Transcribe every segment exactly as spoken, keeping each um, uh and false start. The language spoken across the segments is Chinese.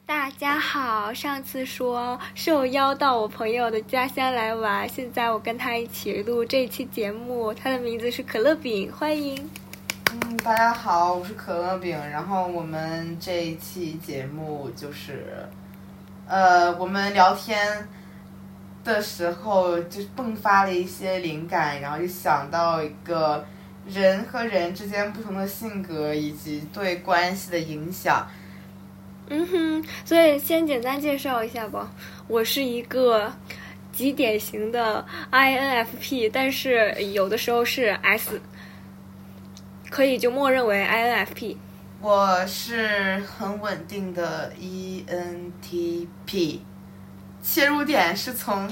大家好，上次说受邀到我朋友的家乡来玩，现在我跟他一起录这期节目，他的名字是可乐饼，欢迎。 嗯，大家好，我是可乐饼。然后我们这一期节目就是，呃，我们聊天的时候就迸发了一些灵感，然后就想到一个人和人之间不同的性格以及对关系的影响。 嗯哼，所以先简单介绍一下吧。我是一个极典型的 I N F P， 但是有的时候是 S， 可以就默认为 I N F P。 我是很稳定的 E N T P， 切入点是从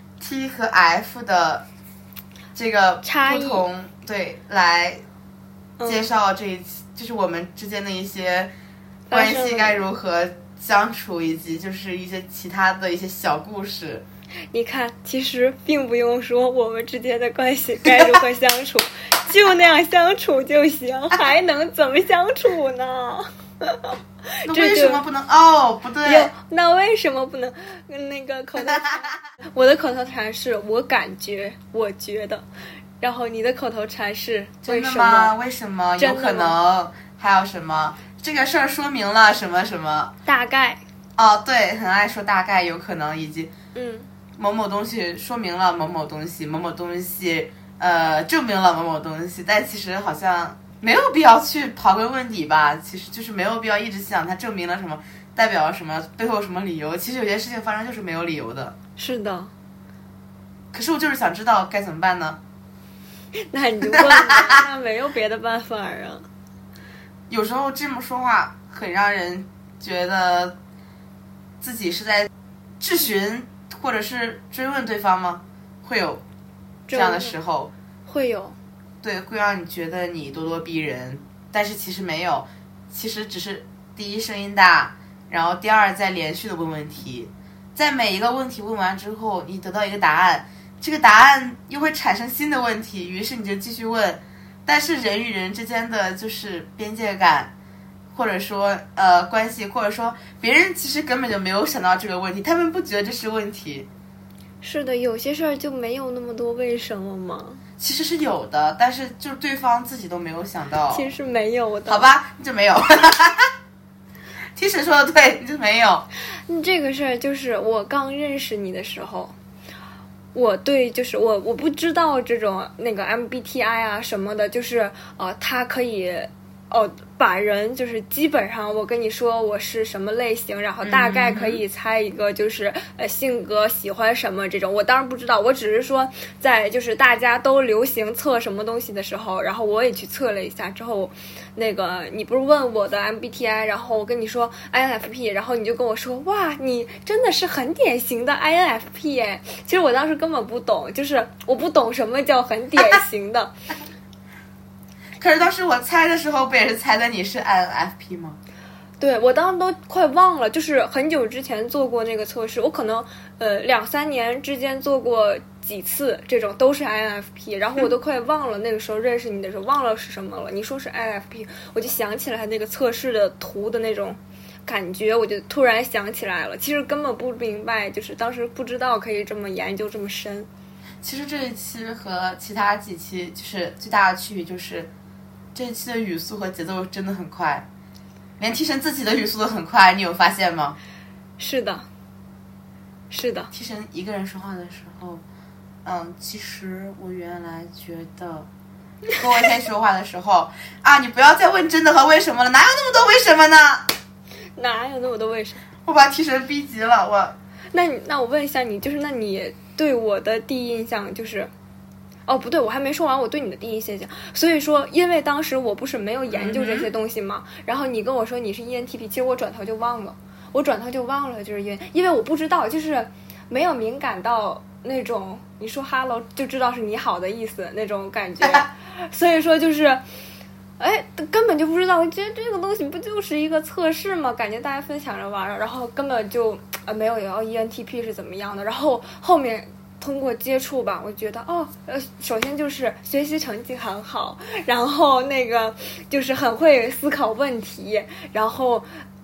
T 和 F 的这个不同，对，来介绍这一期、嗯、就是我们之间的一些关系该如何相处，以及就是一些其他的一些小故事。 你看，其实并不用说我们之间的关系该如何相处，就那样相处就行，还能怎么相处呢？ 那为什么不能？哦，不对， 那为什么不能？那个口头禅，我的口头禅是我感觉，我觉得，然后你的口头禅是为什么？ 真的吗？为什么？有可能？还有什么？这个事儿说明了什么什么？ 大概。 哦，对，很爱说大概，有可能，以及嗯， 某某东西说明了某某东西，某某东西呃证明了某某东西，但其实好像没有必要去刨根问底吧。其实就是没有必要一直想它证明了什么，代表了什么，背后有什么理由。其实有些事情发生就是没有理由的。 是的。 可是我就是想知道该怎么办呢？ 那你就问吧，那没有别的办法啊。 有时候这么说话很让人觉得自己是在质询或者是追问对方吗？会有这样的时候？ 会有。 对，会让你觉得你咄咄逼人，但是其实没有，其实只是第一声音大，然后第二在连续的问问题，在每一个问题问完之后你得到一个答案，这个答案又会产生新的问题，于是你就继续问。但是人与人之间的就是边界感，或者说呃关系，或者说别人其实根本就没有想到这个问题，他们不觉得这是问题。 是的，有些事儿就没有那么多为什么吗？ 其实是有的，但是就是对方自己都没有想到。 其实没有的。 好吧，就没有。T 神说的对，就没有。 这个事儿就是我刚认识你的时候，我对就是我我不知道这种那个 M B T I 啊什么的，就是呃，它可以哦把人就是基本上我跟你说我是什么类型，然后大概可以猜一个就是呃性格喜欢什么这种。我当然不知道，我只是说在就是大家都流行测什么东西的时候，然后我也去测了一下之后，那个你不是问我的 M B T I， 然后我跟你说 I N F P， 然后你就跟我说哇你真的是很典型的 I N F P 哎，其实我当时根本不懂，就是我不懂什么叫很典型的。 可是当时我猜的时候不也是猜的你是 I N F P 吗？ 对，我当时都快忘了，就是很久之前做过那个测试，我可能呃两三年之间做过几次这种都是 I N F P， 然后我都快忘了那个时候认识你的时候忘了是什么了。你说是 I N F P， 我就想起来那个测试的图的那种感觉，我就突然想起来了。其实根本不明白，就是当时不知道可以这么研究这么深。 其实这一期和其他几期就是最大的区别就是这一期的语速和节奏真的很快，连 T 神自己的语速都很快，你有发现吗？ 是的，是的。 T 神一个人说话的时候，嗯，其实我原来觉得，跟我一天说话的时候啊，你不要再问真的和为什么了，哪有那么多为什么呢？ 哪有那么多为什么？ 我把 T 神逼急了，我。 那你那我问一下你，就是那你对我的第一印象就是？哦，不对，我还没说完我对你的第一印象。所以说，因为当时我不是没有研究这些东西嘛，嗯、然后你跟我说你是 E N T P， 其实我转头就忘了，我转头就忘了，就是因为因为我不知道，就是没有敏感到那种你说 hello 就知道是你好的意思那种感觉，所以说就是，哎，根本就不知道，我觉得这个东西不就是一个测试吗？感觉大家分享着玩，然后根本就呃没有聊 E N T P 是怎么样的，然后后面。通过接触吧，我觉得哦，呃，首先就是学习成绩很好，然后那个就是很会思考问题，然后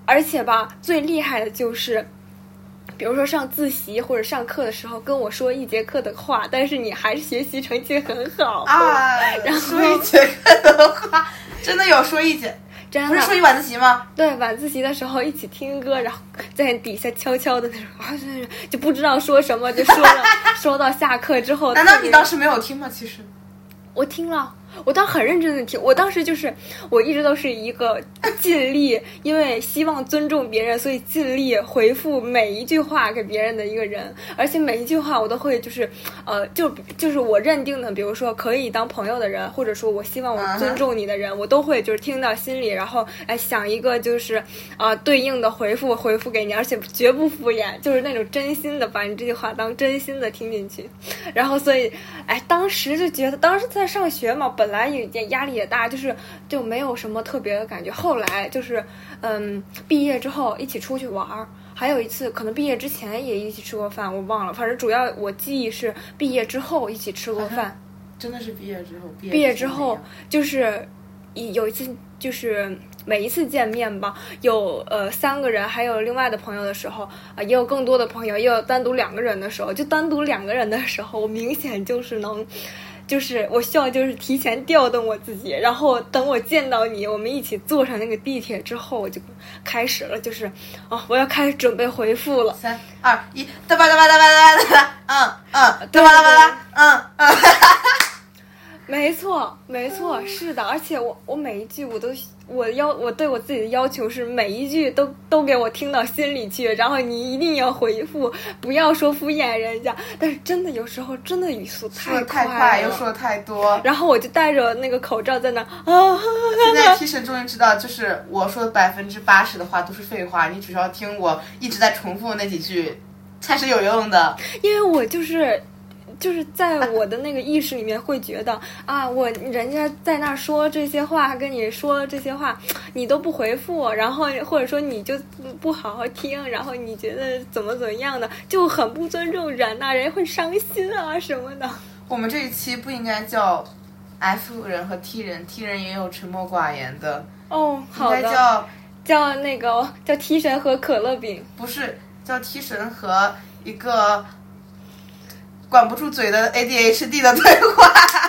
而且吧，最厉害的就是。比如说上自习或者上课的时候跟我说一节课的话，但是你还是学习成绩很好啊。 然后说一节课的话，真的有说一节， 真的不是说一晚自习吗？ 对，晚自习的时候一起听歌，然后在底下悄悄的那种，啊，就不知道说什么，就说了，说到下课之后。 难道你当时没有听吗？其实我听了。我当时很认真的听，我当时就是我一直都是一个尽力，因为希望尊重别人，所以尽力回复每一句话给别人的一个人，而且每一句话我都会就是呃就就是我认定的，比如说可以当朋友的人，或者说我希望我尊重你的人， uh-huh. 我都会就是听到心里，然后哎想一个就是啊、呃、对应的回复回复给你，而且绝不敷衍，就是那种真心的把你这句话当真心的听进去。然后所以哎当时就觉得当时在上学嘛，本来也压力也大，就是就没有什么特别的感觉。后来就是嗯毕业之后一起出去玩，还有一次可能毕业之前也一起吃过饭，我忘了，反正主要我记忆是毕业之后一起吃过饭。 真的是毕业之后毕业毕业之后就是有一次就是每一次见面吧，有呃三个人还有另外的朋友的时候啊、呃，也有更多的朋友，也有单独两个人的时候，就单独两个人的时候我明显就是能就是我需要就是提前调动我自己，然后等我见到你，我们一起坐上那个地铁之后，我就开始了，就是哦，我要开始准备回复了。 三二一，哒吧哒吧哒吧哒吧哒，嗯嗯，哒吧哒吧哒，嗯嗯。 没错，没错，是的，而且我我每一句我都我要我对我自己的要求是每一句都都给我听到心里去，然后你一定要回复，不要说敷衍人家。但是真的有时候真的语速太快了，太快又说的太多， 然后我就戴着那个口罩在那啊。 现在 T 神终于知道，就是我说的百分之八十的话都是废话，你只要听我一直在重复那几句才是有用的。 因为我就是。就是在我的那个意识里面会觉得啊，我人家在那说这些话，跟你说这些话，你都不回复，然后或者说你就不好好听，然后你觉得怎么怎么样的，就很不尊重人呐、啊，人会伤心啊什么的。 我们这一期不应该叫 F 人和 T 人 ，T 人也有沉默寡言的。 哦，好的。 应该叫叫那个叫 T 神和可乐饼， 不是叫 T 神和一个。管不住嘴的 A D H D 的对话，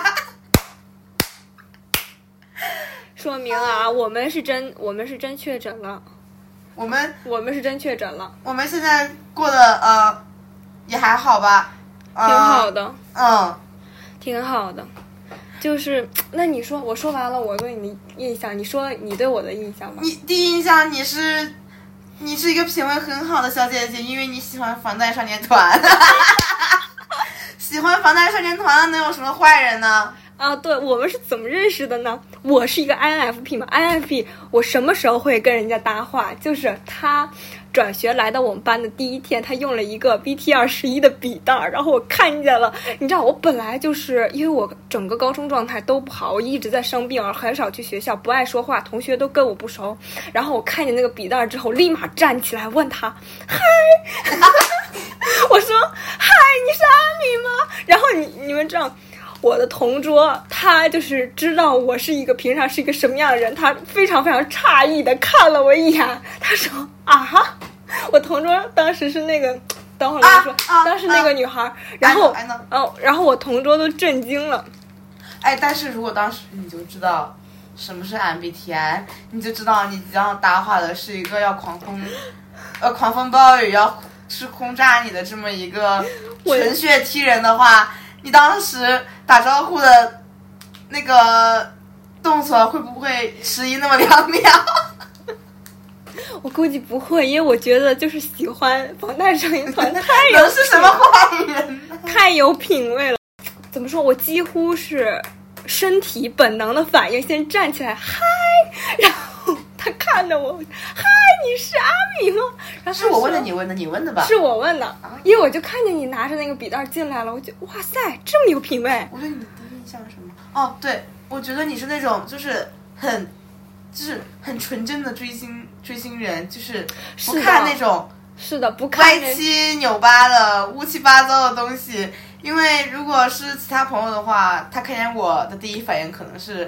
说明啊，我们是真，我们是真确诊了， 我们我们是真确诊了， 我们现在过得呃也还好吧， 呃、挺好的， 嗯， 挺好的，就是那你说，我说完了我对你的印象，你说你对我的印象吧。 你第一印象你是你是一个品味很好的小姐姐，因为你喜欢防弹少年团。喜欢防弹少年团能有什么坏人呢？ 啊，对，我们是怎么认识的呢？我是一个 I N F P 嘛 ，I N F P 我什么时候会跟人家搭话？就是他转学来到我们班的第一天，他用了一个 B T 二十一的笔袋，然后我看见了。你知道，我本来就是因为我整个高中状态都不好，我一直在生病，而很少去学校，不爱说话，同学都跟我不熟。然后我看见那个笔袋之后，立马站起来问他：“嗨！”我说：“嗨，你是阿米吗？”然后你你们知道。我的同桌他就是知道我是一个平常是一个什么样的人，他非常非常诧异的看了我一眼，他说啊，我同桌当时是那个，等会儿我说、啊啊、当时那个女孩、啊、然后哦，然后我同桌都震惊了。 哎，但是如果当时你就知道什么是 M B T I， 你就知道你即将搭话的是一个要狂风呃狂风暴雨要是轰炸你的这么一个纯血踢人的话，你当时打招呼的那个动作会不会迟疑那么两秒？ 我估计不会，因为我觉得就是喜欢防弹少年团太有能是什么坏人呢？ 太有品味了。怎么说，我几乎是身体本能的反应，先站起来嗨，然后他看着我，嗨，你是阿米吗？然后是我问的，你问的，你问的吧？ 是我问的，因为我就看见你拿着那个笔袋进来了，我就哇塞，这么有品味。 我对你的印象是什么？哦，对，我觉得你是那种就是很就是很纯真的追星追星人，就是不看那种是的不看歪七扭八的乌七八糟的东西。因为如果是其他朋友的话，他看见我的第一反应可能是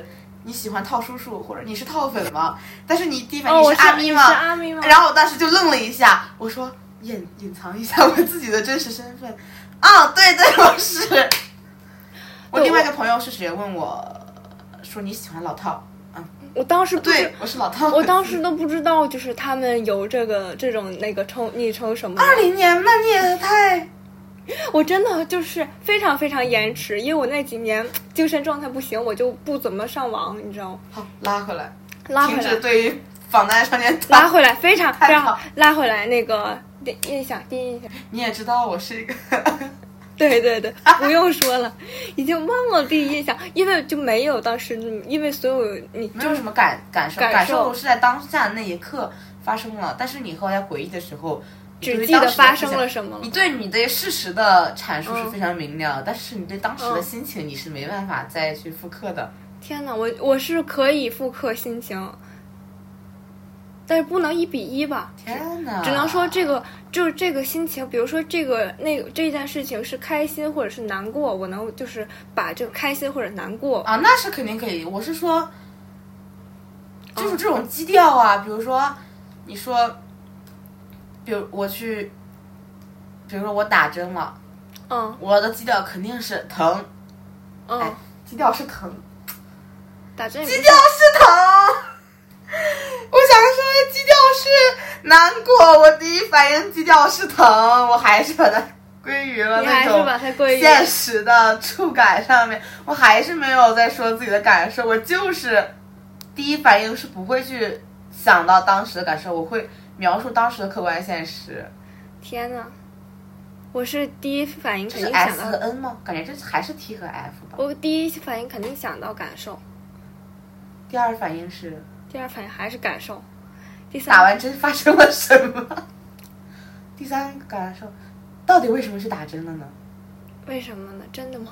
你喜欢套叔叔或者你是套粉吗？但是你第一反哦， 应我是阿咪吗？ 是阿咪吗？ 然后我当时就愣了一下，我说隐隐藏一下我自己的真实身份。啊，对对，我是。我另外一个朋友是直接问我说你喜欢老套。 我当时不对，我是老套。 我当时都不知道，就是他们有这个这种那个称昵称什么。 二零年，那你也太…… 我真的就是非常非常延迟，因为我那几年精神状态不行，我就不怎么上网，你知道吗？ 好，拉回来， 拉回来， 停止对于榜单上面拉回来，非常非常拉回来那个印象，第一印象。 你也知道我是一个。 对对对，不用说了，已经忘了第一印象，因为就没有当时，因为所有你没有什么感感受，感受是在当下那一刻发生了，但是你后来回忆的时候， 只记得发生了什么了。 你对你对事实的阐述是非常明了，嗯、但是你对当时的心情你是没办法再去复刻的。 天哪，我我是可以复刻心情。但是不能一比一吧？ 天哪！ 只能说这个就是这个心情，比如说这个那个这件事情是开心或者是难过，我能就是把这个开心或者难过啊，那是肯定可以。我是说，就是这种基调啊，比如说你说，比如我去，比如说我打针了， 嗯， 我的基调肯定是疼， 嗯， 哎，基调是疼， 打针基调是疼。我想说基调是难过，我第一反应基调是疼，我还是把它归于了那种现实的触感上面，我还是没有在说自己的感受，我就是第一反应是不会去想到当时的感受，我会描述当时的客观现实。 天哪，我是第一反应肯定想到这是 S 和 N 吗？感觉这还是 T 和 F 吧。 我第一反应肯定想到感受， 第二反应是。 第二反应还是感受，第三打完针发生了什么？第三个感受，到底为什么是打针了呢？ 为什么呢？真的吗？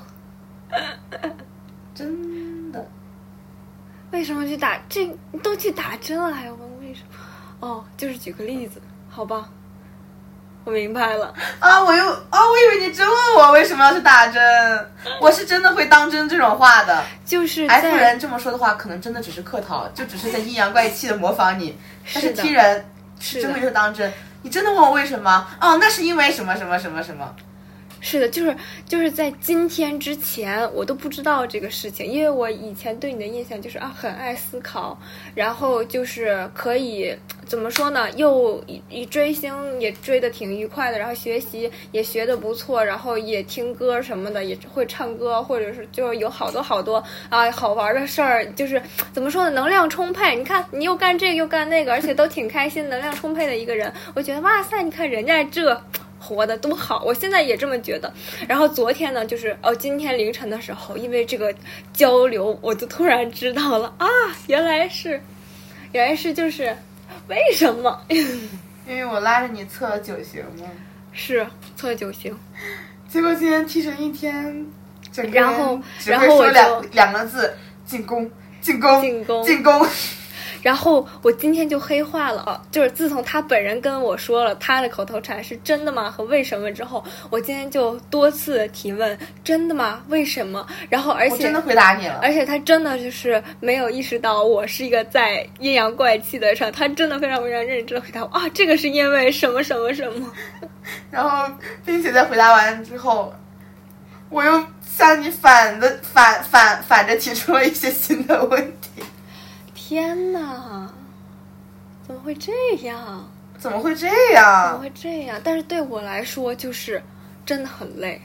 真的。 为什么去打这都去打针了还要问为什么？哦，就是举个例子，好吧，我明白了。 啊，我又啊，我以为你真问我为什么要去打针，我是真的会当真这种话的。 就是 F 人这么说的话，可能真的只是客套，就只是在阴阳怪气的模仿你。但是 T 人是真会说当真。你真的问我为什么？哦，那是因为什么什么什么什么。 是的，就是就是在今天之前，我都不知道这个事情，因为我以前对你的印象就是啊，很爱思考，然后就是可以怎么说呢，又一追星也追得挺愉快的，然后学习也学得不错，然后也听歌什么的，也会唱歌，或者是就是有好多好多啊好玩的事儿，就是怎么说呢，能量充沛。你看你又干这个又干那个，而且都挺开心，能量充沛的一个人，我觉得哇塞，你看人家这。活得多好，我现在也这么觉得。然后昨天呢，就是哦，今天凌晨的时候，因为这个交流，我就突然知道了啊，原来是，原来是就是为什么？ 因为我拉着你测了九型嘛。 是测九型， 结果今天提神一天，整个然后只会说两两个字：进攻，进攻， 进攻， 进攻。 然后我今天就黑化了啊！就是自从他本人跟我说了他的口头禅是真的吗和为什么之后，我今天就多次提问真的吗？为什么？然后而且我真的回答你了， 而且他真的就是没有意识到我是一个在阴阳怪气的人，他真的非常非常认真的回答我啊，这个是因为什么什么什么。 然后并且在回答完之后，我又向你反的反反反着提出了一些新的问题。 天哪，怎么会这样？ 怎么会这样？ 怎么会这样？但是对我来说，就是真的很累。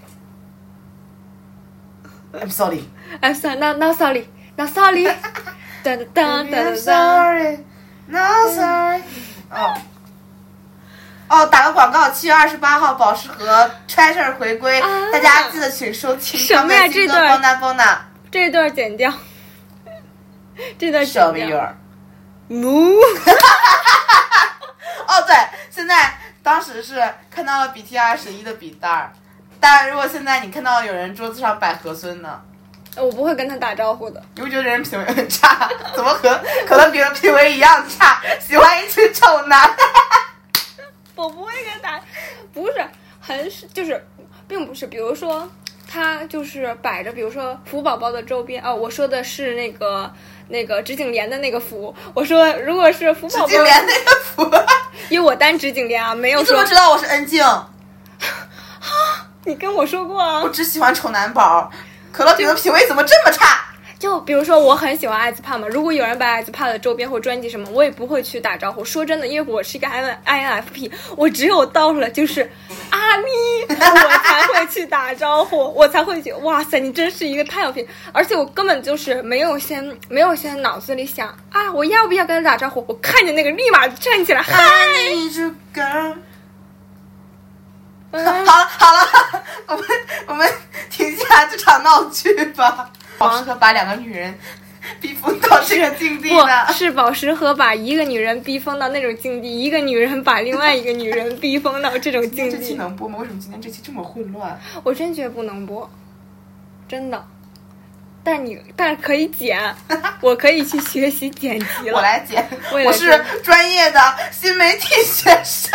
I'm sorry. I'm sorry. Not not sorry. Not sorry. 噔噔噔噔噔。 I'm sorry. Not sorry. 哦哦，打个广告，七月二十八号，宝石和 Treasure 回归，啊、大家记得请收听什么呀？这段 Bona Bona， 这段剪掉。这段小米儿， 呜！ 哦，对，现在当时是看到了比 T 二十一的笔袋儿，但如果现在你看到有人桌子上摆和孙呢， 我不会跟他打招呼的。 你会觉得人品味很差，怎么和可能别人品味一样差，喜欢一群丑男？ 我不会跟他打，不是很就是，并不是，比如说。他就是摆着，比如说福宝宝的周边哦，我说的是那个那个直颈莲的那个福，我说如果是福宝宝， 直颈莲那个福， 因为我单直颈莲啊，没有说。 你怎么知道我是恩静？ 你跟我说过啊。 我只喜欢丑男宝，可乐饼的品味怎么这么差？ 就比如说，我很喜欢艾滋帕嘛，如果有人买艾滋帕的周边或专辑什么，我也不会去打招呼。说真的，因为我是一个 I N F P， 我只有到了就是阿咪，我才会去打招呼，我才会觉得哇塞，你真是一个太有品。而且我根本就是没有先没有先脑子里想啊，我要不要跟他打招呼？我看见那个立马站起来，嗨。 好了好了，我们我们停下这场闹剧吧。宝石盒把两个女人逼疯到这个境地的， 不是宝石盒把一个女人逼疯到那种境地，一个女人把另外一个女人逼疯到这种境地。 这期能播吗？为什么今天这期这么混乱？ 我真觉得不能播，真的。但你但是可以剪，我可以去学习剪辑了。 我来剪， 我, 我是专业的新媒体学生。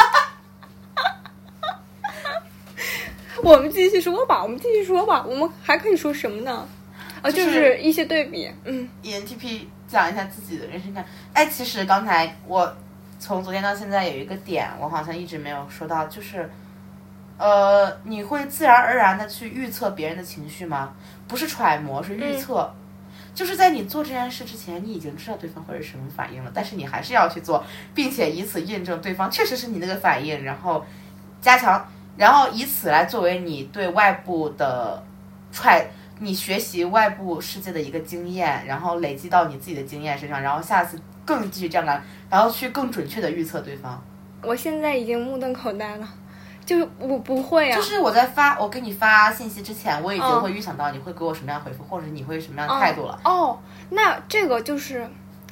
我们继续说吧，我们继续说吧，我们还可以说什么呢？啊， 就是一些对比，嗯 ，E N T P 讲一下自己的人生观。哎，其实刚才我从昨天到现在有一个点，我好像一直没有说到，就是，呃，你会自然而然的去预测别人的情绪吗？不是揣摩，是预测。嗯，就是在你做这件事之前，你已经知道对方会是什么反应了，但是你还是要去做，并且以此印证对方确实是你那个反应，然后加强，然后以此来作为你对外部的揣。你学习外部世界的一个经验，然后累积到你自己的经验身上，然后下次更继续这样干，然后去更准确的预测对方。 我现在已经目瞪口呆了，就是我不会啊。 就是我在发我给你发信息之前，我已经会预想到你会给我什么样回复，哦，或者你会什么样的态度了。 哦，哦那这个就是，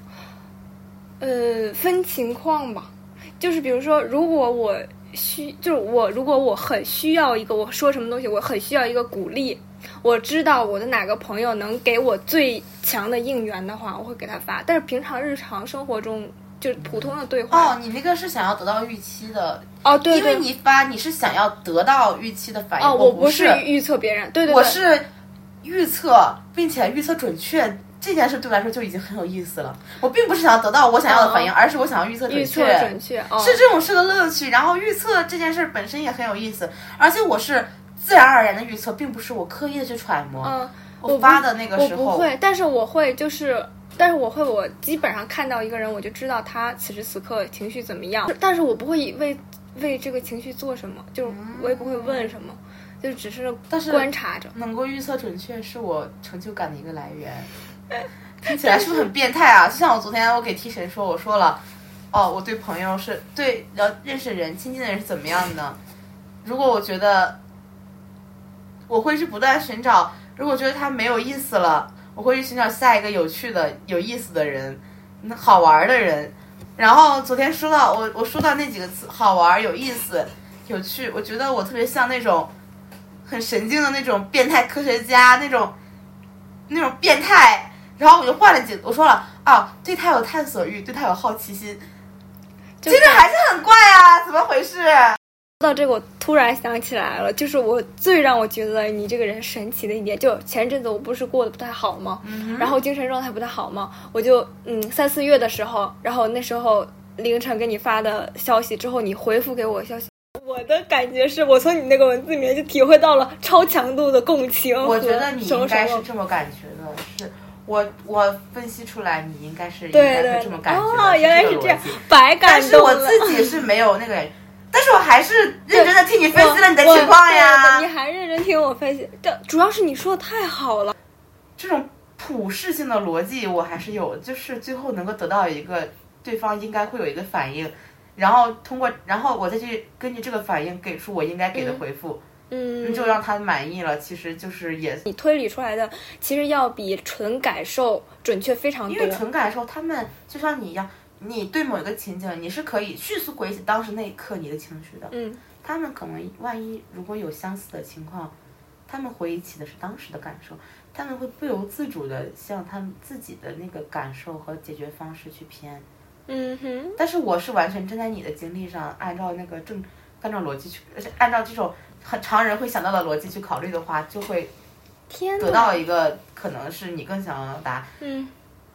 呃，分情况吧。就是比如说，如果我需，就是我如果我很需要一个，我说什么东西，我很需要一个鼓励。我知道我的哪个朋友能给我最强的应援的话，我会给他发。但是平常日常生活中，就是普通的对话。 哦，你那个是想要得到预期的。 哦，对对， 因为你发你是想要得到预期的反应。 哦， 我不是预测别人，对对对， 我是预测，并且预测准确。这件事对我来说就已经很有意思了。我并不是想要得到我想要的反应，哦，而是我想要预测准确。 预测准确，哦， 是这种是个乐趣。然后预测这件事本身也很有意思，而且我是自然而然的预测，并不是我刻意的去揣摩。 嗯， 我发的那个时候我不会，但是我会就是，但是我会，我基本上看到一个人，我就知道他此时此刻情绪怎么样，但是我不会为为这个情绪做什么，就是我也不会问什么。嗯，就只是观察着。 能够预测准确是我成就感的一个来源。听起来是不是很变态啊？就像我昨天我给 T 神说，我说了，哦，我对朋友是对要认识人亲近的人是怎么样的？如果我觉得，我会去不断寻找，如果觉得他没有意思了，我会去寻找下一个有趣的、有意思的人，好玩的人。然后昨天说到我我说到那几个词，好玩、有意思、有趣，我觉得我特别像那种很神经的那种变态科学家，那种那种变态。然后我就换了几个，我说了啊，对他有探索欲，对他有好奇心，其实还是很怪啊，怎么回事？说到这个，我突然想起来了，就是我最让我觉得你这个人神奇的一点，就前阵子我不是过得不太好吗？ 嗯， 然后精神状态不太好吗？我就嗯三四月的时候，然后那时候凌晨给你发的消息之后，你回复给我消息。我的感觉是我从你那个文字里面就体会到了超强度的共情。 我觉得你应该是这么感觉的，是我我分析出来你应该是应该会这么感觉的。 哦，原来是这样，白感动了。 但是我自己是没有那个，但是我还是认真的替你分析了你的情况呀。 你还认真听我分析，这主要是你说的太好了。 这种普适性的逻辑我还是有，就是最后能够得到一个对方应该会有一个反应。然后通过，然后我再去根据这个反应给出我应该给的回复， 嗯， 就让他满意了。其实就是也你推理出来的，其实要比纯感受准确非常多。 因为纯感受，他们就像你一样，你对某一个情景，你是可以迅速回忆起当时那一刻你的情绪的。 嗯， 他们可能万一如果有相似的情况，他们回忆起的是当时的感受，他们会不由自主的向他们自己的那个感受和解决方式去偏。 嗯哼， 但是我是完全站在你的经历上，按照那个正，按照逻辑去，按照这种很常人会想到的逻辑去考虑的话，就会得到一个可能是你更想要的答案。 嗯，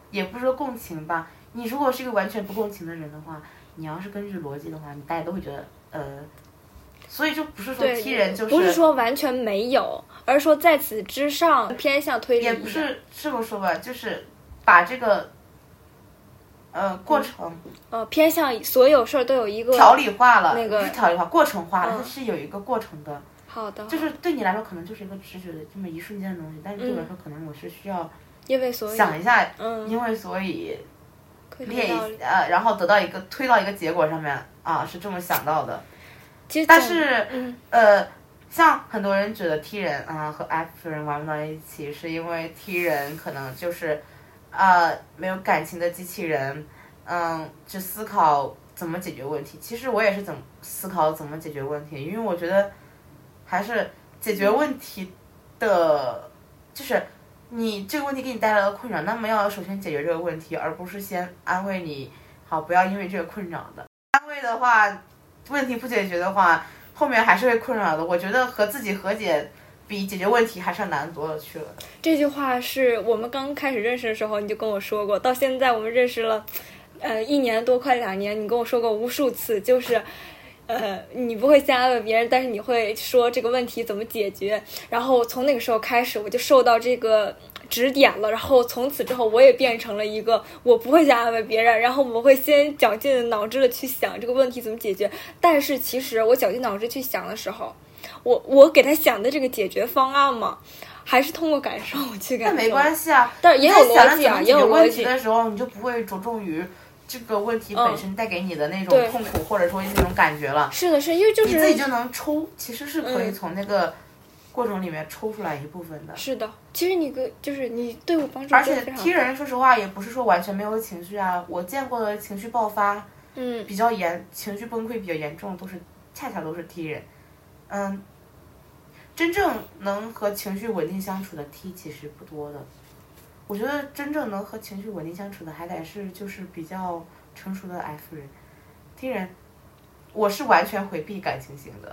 也不是说共情吧。你如果是一个完全不共情的人的话，你要是根据逻辑的话，你大家都会觉得呃，所以就不是说 T 人就是不是说完全没有，而是说在此之上偏向推理。 也不是这么说吧，就是把这个呃过程、 嗯、呃偏向所有事儿都有一个条理化了， 那个不是条理化，过程化了， 嗯、 它是有一个过程的。 好的， 就是对你来说可能就是一个直觉的这么一瞬间的东西，但是对我来说可能我是需要因为所以想一下， 嗯， 因为所以列一呃， 然后得到一个推到一个结果上面啊，是这么想到的。 其实但是、 嗯、 呃，像很多人觉得 T 人啊和 F 人玩不到一起，是因为 T 人可能就是啊没有感情的机器人，嗯，只思考怎么解决问题。其实我也是怎么思考怎么解决问题，因为我觉得。还是解决问题的，就是你这个问题给你带来的困扰，那么要首先解决这个问题，而不是先安慰你，好，不要因为这个困扰的。安慰的话，问题不解决的话，后面还是会困扰的。我觉得和自己和解比解决问题还是难多了去了。 这句话是我们刚开始认识的时候你就跟我说过，到现在我们认识了，呃，一年多快两年，你跟我说过无数次，就是。呃，你不会先安慰别人，但是你会说这个问题怎么解决。然后从那个时候开始，我就受到这个指点了。然后从此之后，我也变成了一个我不会先安慰别人，然后我会先绞尽脑汁的去想这个问题怎么解决。但是其实我绞尽脑汁去想的时候，我我给他想的这个解决方案嘛，还是通过感受去感受。 那没关系啊， 但是也有逻辑啊，也有逻辑的时候，你就不会着重于。这个问题本身带给你的那种痛苦，嗯、或者说那种感觉了。 是的，是因为就是你自己就能抽，其实是可以从那个过程里面抽出来一部分的。 嗯、是的，其实你个就是你对我帮助而且 T 人说实话也不是说完全没有情绪啊，我见过的情绪爆发， 嗯， 比较严，情绪崩溃比较严重，都是恰恰都是 T 人。嗯，真正能和情绪稳定相处的 T 其实不多的。我觉得真正能和情绪稳定相处的，还得是就是比较成熟的 F 人。T 人，我是完全回避感情型的。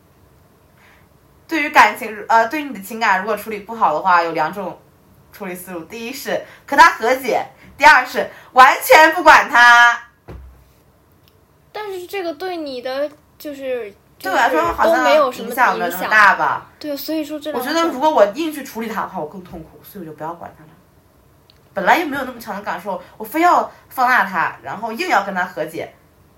对于感情，呃，对于你的情感，如果处理不好的话，有两种处理思路：第一是和他和解，第二是完全不管他。 但是这个对你的就是。 对我来说好像没有什么影响没有那么大吧？ 对，所以说这我觉得如果我硬去处理它的话，我更痛苦，所以我就不要管它了。本来又没有那么强的感受，我非要放大它，然后硬要跟它和解。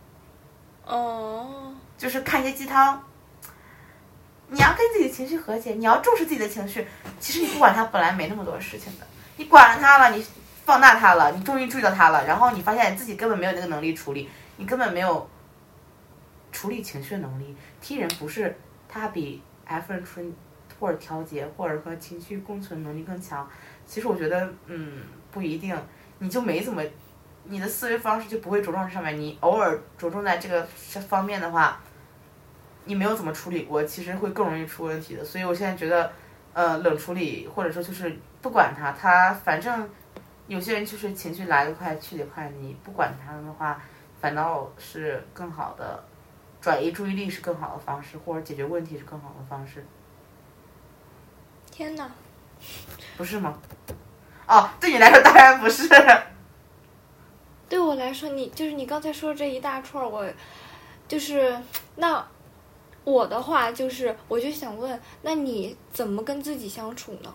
哦。 就是看一些鸡汤。你要跟自己的情绪和解，你要重视自己的情绪。其实你不管它，本来没那么多事情的。你管了它了，你放大它了，你终于注意到它了，然后你发现自己根本没有那个能力处理，你根本没有处理情绪能力。T 人不是他比 F 人处理或者调节或者和情绪共存能力更强。其实我觉得，嗯，不一定，你就没怎么，你的思维方式就不会着重在上面。你偶尔着重在这个方面的话，你没有怎么处理过，其实会更容易出问题的。所以我现在觉得，呃，冷处理或者说就是不管他，他反正有些人就是情绪来得快去得快，你不管他的话，反倒是更好的。转移注意力是更好的方式，或者解决问题是更好的方式。 天哪， 不是吗？哦，对你来说当然不是。 对我来说，你就是你刚才说的这一大串，我就是那我的话就是，我就想问，那你怎么跟自己相处呢？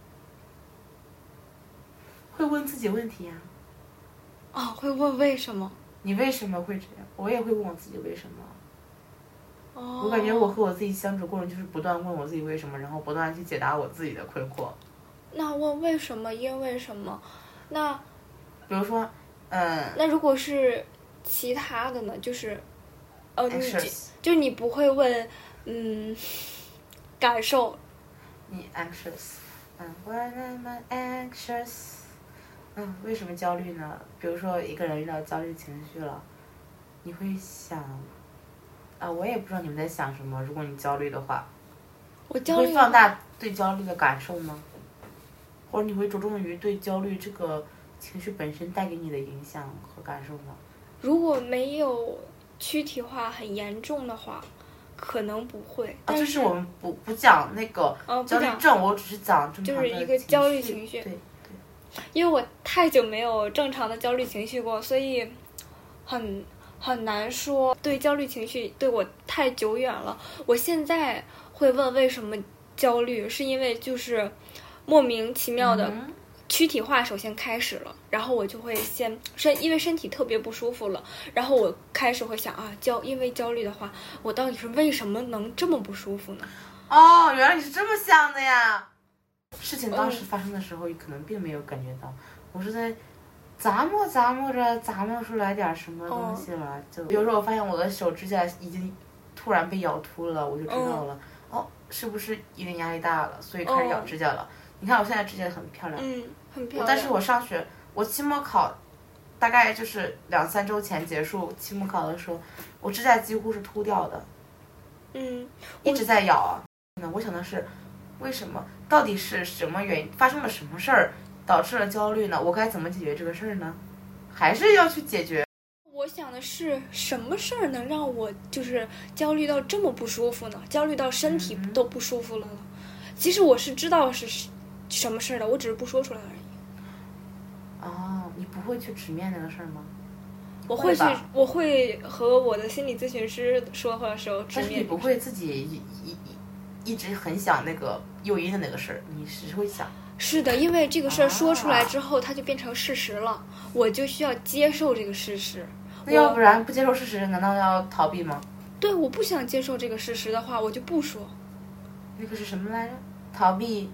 会问自己问题呀、 啊。哦，会问为什么？ 你为什么会这样？我也会问我自己为什么。 哦。 我感觉我和我自己相处过程就是不断问我自己为什么，然后不断去解答我自己的困惑。 那问为什么？因为什么？那， 比如说，嗯。 那如果是其他的呢？就是，呃，你就就你不会问，嗯，感受。 你 anxious， 嗯 ，Why am I anxious？ 嗯，为什么焦虑呢？比如说一个人遇到焦虑情绪了，你会想，啊，我也不知道你们在想什么。如果你焦虑的话， 我焦虑你会放大对焦虑的感受吗？或者你会着重于对焦虑这个情绪本身带给你的影响和感受吗？ 如果没有躯体化很严重的话，可能不会。 啊，就是我们不不讲那个焦虑症， 哦、 我只是讲正常的就是一个焦虑情绪。 对对。 因为我太久没有正常的焦虑情绪过，所以很很难说。对焦虑情绪对我太久远了。我现在会问为什么焦虑，是因为就是莫名其妙的躯体化首先开始了，然后我就会先身，因为身体特别不舒服了，然后我开始会想啊，焦因为焦虑的话，我到底是为什么能这么不舒服呢？ 哦，原来你是这么想的呀！事情当时发生的时候，可能并没有感觉到，我是在咂摸咂摸着咂摸出来点什么东西了。就有时候我发现我的手指甲已经突然被咬秃了，我就知道了，哦，是不是有点压力大了，所以开始咬指甲了。你看我现在指甲很漂亮， 嗯，很漂亮。 但是我上学，我期末考，大概就是两三周前结束期末考的时候，我指甲几乎是秃掉的， 嗯， 一直在咬啊。那我想的是，为什么？到底是什么原因？发生了什么事儿导致了焦虑呢？我该怎么解决这个事儿呢？还是要去解决？ 我想的是，什么事儿能让我就是焦虑到这么不舒服呢？焦虑到身体都不舒服了呢？嗯、其实我是知道是什么事儿的，我只是不说出来而已。 哦，你不会去直面那个事儿吗？ 我会去，我会和我的心理咨询师说话的时候直面。 但是你不会自己一一一直很想那个诱因的那个事儿，你是会想。 是的，因为这个事儿说出来之后，啊、它就变成事实了，我就需要接受这个事实。 那要不然不接受事实，难道要逃避吗？ 对，我不想接受这个事实的话，我就不说。 那个是什么来着？逃避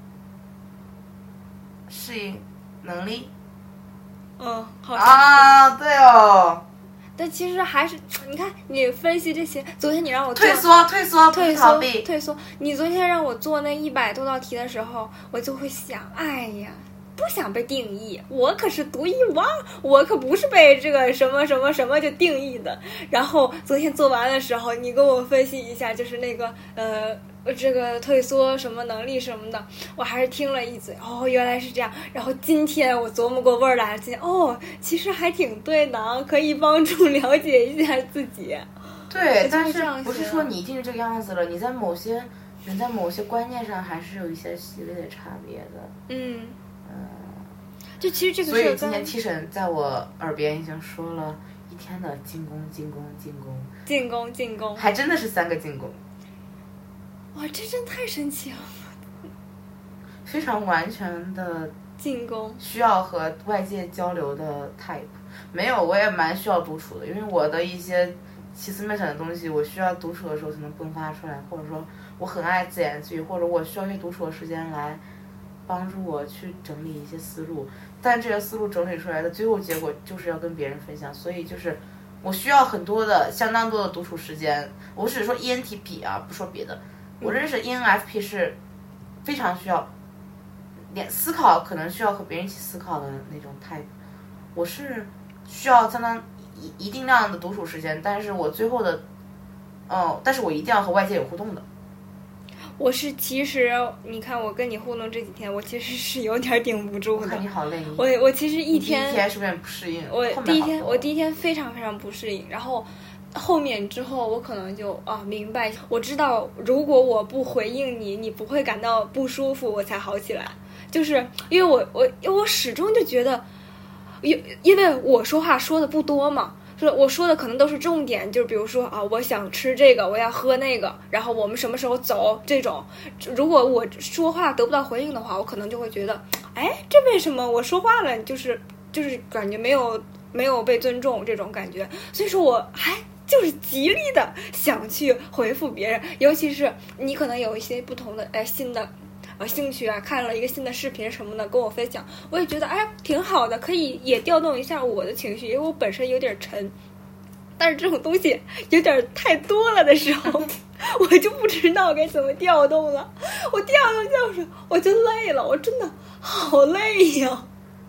适应能力。 嗯，好像啊，对哦。 但其实还是，你看你分析这些，昨天你让我做退缩退缩退缩退退缩，你昨天让我做那一百多道题的时候，我就会想，哎呀，不想被定义，我可是独一无二，我可不是被这个什么什么什么就定义的。然后昨天做完的时候，你跟我分析一下，就是那个呃。这个退缩什么能力什么的，我还是听了一嘴，哦，原来是这样。然后今天我琢磨过味儿来，今天哦，其实还挺对的，可以帮助了解一下自己。 对，但是不是说你一定是这个样子了？你在某些人在某些观念上还是有一些细微的差别的。 嗯嗯， 就其实这个所以今天 T 婶在我耳边已经说了一天的进攻进攻进攻进攻进攻， 还真的是三个进攻。 哇，这真太神奇了！ 非常完全的进攻， 需要和外界交流的 type。没有，我也蛮需要独处的，因为我的一些奇思妙想的东西，我需要独处的时候才能迸发出来，或者说我很爱自言自语，或者我需要一些独处的时间来帮助我去整理一些思路。但这些思路整理出来的最后结果就是要跟别人分享，所以就是我需要很多的、相当多的独处时间。我只是说 E N T P 啊，不说别的。我认识 E N F P 是非常需要连思考，可能需要和别人一起思考的那种 type。我是需要相当一一定量的独处时间，但是我最后的，哦，但是我一定要和外界有互动的。 我是其实你看我跟你互动这几天，我其实是有点顶不住的。 我看你好累。 我我其实一天第一天是不是不适应？ 我第一天我第一天非常非常不适应，然后。后面之后我可能就啊明白，我知道如果我不回应你，你不会感到不舒服，我才好起来。就是因为我我因为我始终就觉得，因因为我说话说的不多嘛，说我说的可能都是重点，就是比如说啊，我想吃这个，我要喝那个，然后我们什么时候走这种。如果我说话得不到回应的话，我可能就会觉得，哎，这为什么我说话了，就是就是感觉没有没有被尊重这种感觉。所以说我还。就是极力的想去回复别人，尤其是你可能有一些不同的哎新的呃兴趣啊，看了一个新的视频什么的跟我分享，我也觉得哎挺好的，可以也调动一下我的情绪，因为我本身有点沉，但是这种东西有点太多了的时候，我就不知道该怎么调动了。我调动就是我就累了，我真的好累呀。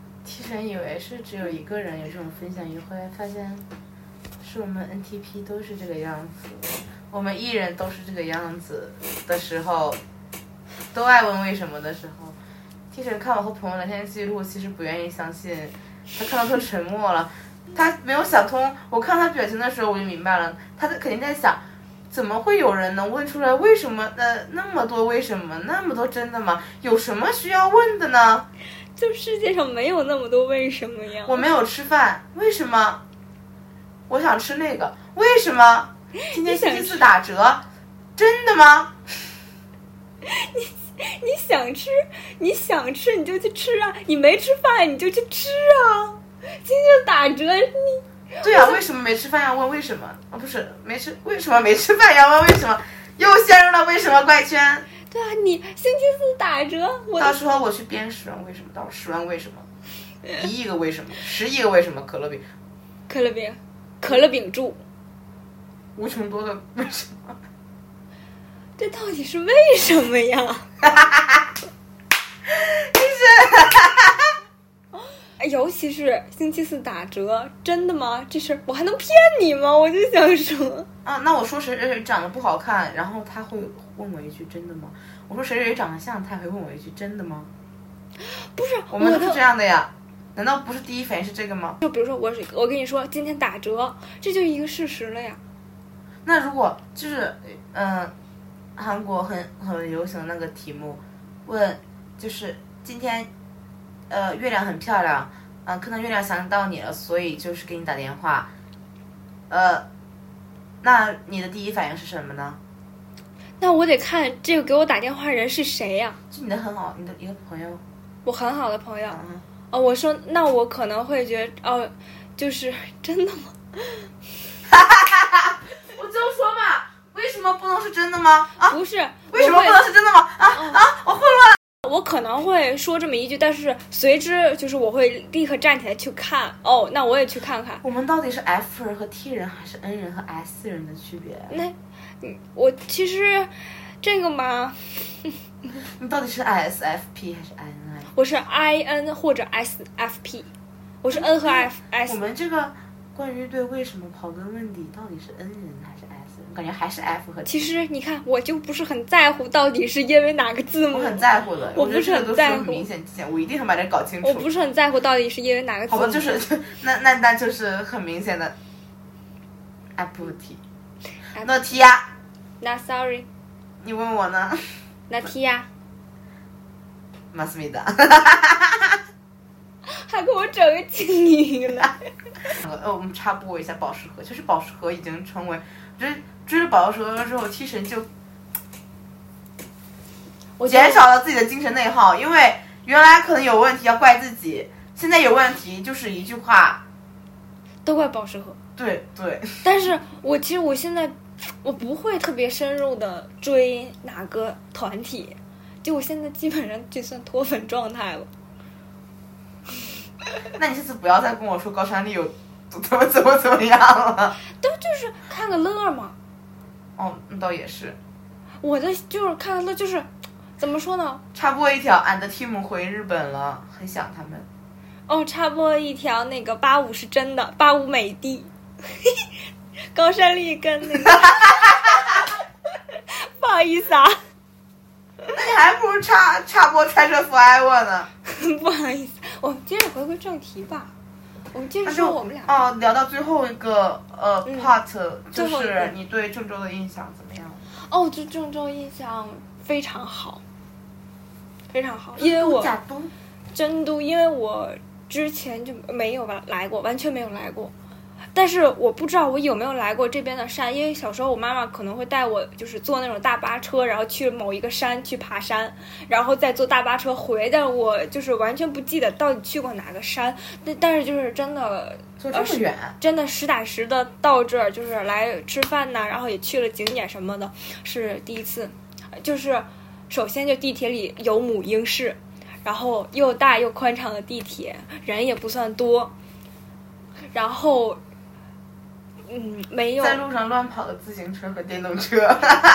T 神以为是只有一个人有这种分享欲，后来发现。是我们 N T P 都是这个样子，我们 E 人都是这个样子的时候，都爱问为什么的时候 ，T 神看我和朋友聊天记录，其实不愿意相信，他看到特沉默了，他没有想通。我看他表情的时候，我就明白了，他肯定在想， 怎么会有人能问出来为什么呃那么多为什么那么多真的吗？有什么需要问的呢？ 就世界上没有那么多为什么呀。 我没有吃饭，为什么？我想吃那个，为什么？今天星期四打折，真的吗？ 你你想吃你想吃你就去吃啊，你没吃饭你就去吃啊，今天打折你。 对啊，为什么没吃饭要问为什么？啊，不是没吃，为什么没吃饭要问为什么？又陷入了为什么怪圈。 对啊，你星期四打折，我到时候我去编十万为什么，到十万为什么，一亿个为什么，十亿个为什么，可乐饼， 可乐饼，可乐饼柱， 无穷多的为什么？ 这到底是为什么呀？尤其是星期四打折，真的吗？这事我还能骗你吗？我就想说啊，那我说谁谁谁长得不好看，然后他会问我一句真的吗？我说谁谁谁长得像，他会问我一句真的吗？ 不是， 我们都是这样的呀，难道不是第一反应是这个吗？ 就比如说我我跟你说今天打折，这就一个事实了呀。 那如果就是嗯、呃，韩国很很流行的那个题目，问就是今天呃月亮很漂亮，嗯、呃，可能月亮想到你了，所以就是给你打电话，呃，那你的第一反应是什么呢？ 那我得看这个给我打电话人是谁呀、啊？ 是你的很好，你的一个朋友， 我很好的朋友。 嗯、 哦，我说那我可能会觉得哦，就是真的吗？ 我就说嘛，为什么不能是真的吗？啊， 不是， 为什么不能是真的吗？啊、哦、啊，我混乱了。 我可能会说这么一句，但是随之就是我会立刻站起来去看。哦，那我也去看看。 我们到底是 F 人和 T 人，还是 N 人和 S 人的区别？ 那，嗯，我其实这个嘛， 你到底是 I S F P 还是 I N I？ 我是 I N 或者 S F P， 我是 N 和 F S。 我们这个关于对为什么刨根问底，到底是 N 人还是 S 人？感觉还是 F 和 T。 其实你看，我就不是很在乎到底是因为哪个字母。 我很在乎的， 我不是很在乎。 很明显体现，我一定要把这搞清楚。 我不是很在乎到底是因为哪个字母。 好吧，就是就那那那就是很明显的 F T。那 T 呀？ 那 Sorry。 你问我呢？ 那 T 呀？ 马思密达。 还给我整个经理来。 呃，我们插播一下宝石盒，其实宝石盒已经成为，追追了宝石盒之后，T神就减少了自己的精神内耗，因为原来可能有问题要怪自己，现在有问题就是一句话， 都怪宝石盒。 对对。 但是我其实我现在我不会特别深入的追哪个团体，就我现在基本上就算脱粉状态了。 那你下次不要再跟我说高山丽有怎么怎么怎么样了。 都就是看个乐嘛。 哦，那倒也是。 我的就是看个乐，就是怎么说呢？ 插播一条，俺的 team 回日本了，很想他们。 哦，插播一条，那个八五是真的，八五美的，高山丽跟那个，不好意思啊。 那你还不如插插播揣着福爱我呢。 不好意思，我们接着回归正题吧。我们接着说我们俩。 哦，聊到最后一个呃、 嗯、 part， 就是你对郑州的印象怎么样？ 哦，对郑州印象非常好，非常好，因为我真都，因为我之前就没有来过，完全没有来过。但是我不知道我有没有来过这边的山，因为小时候我妈妈可能会带我，就是坐那种大巴车，然后去某一个山去爬山，然后再坐大巴车回。但我就是完全不记得到底去过哪个山，但但是就是真的， 坐这么远， 呃、真的实打实的到这儿就是来吃饭呐，然后也去了景点什么的，是第一次。就是首先就地铁里有母婴室，然后又大又宽敞的地铁，人也不算多，然后。嗯，没有在路上乱跑的自行车和电动车。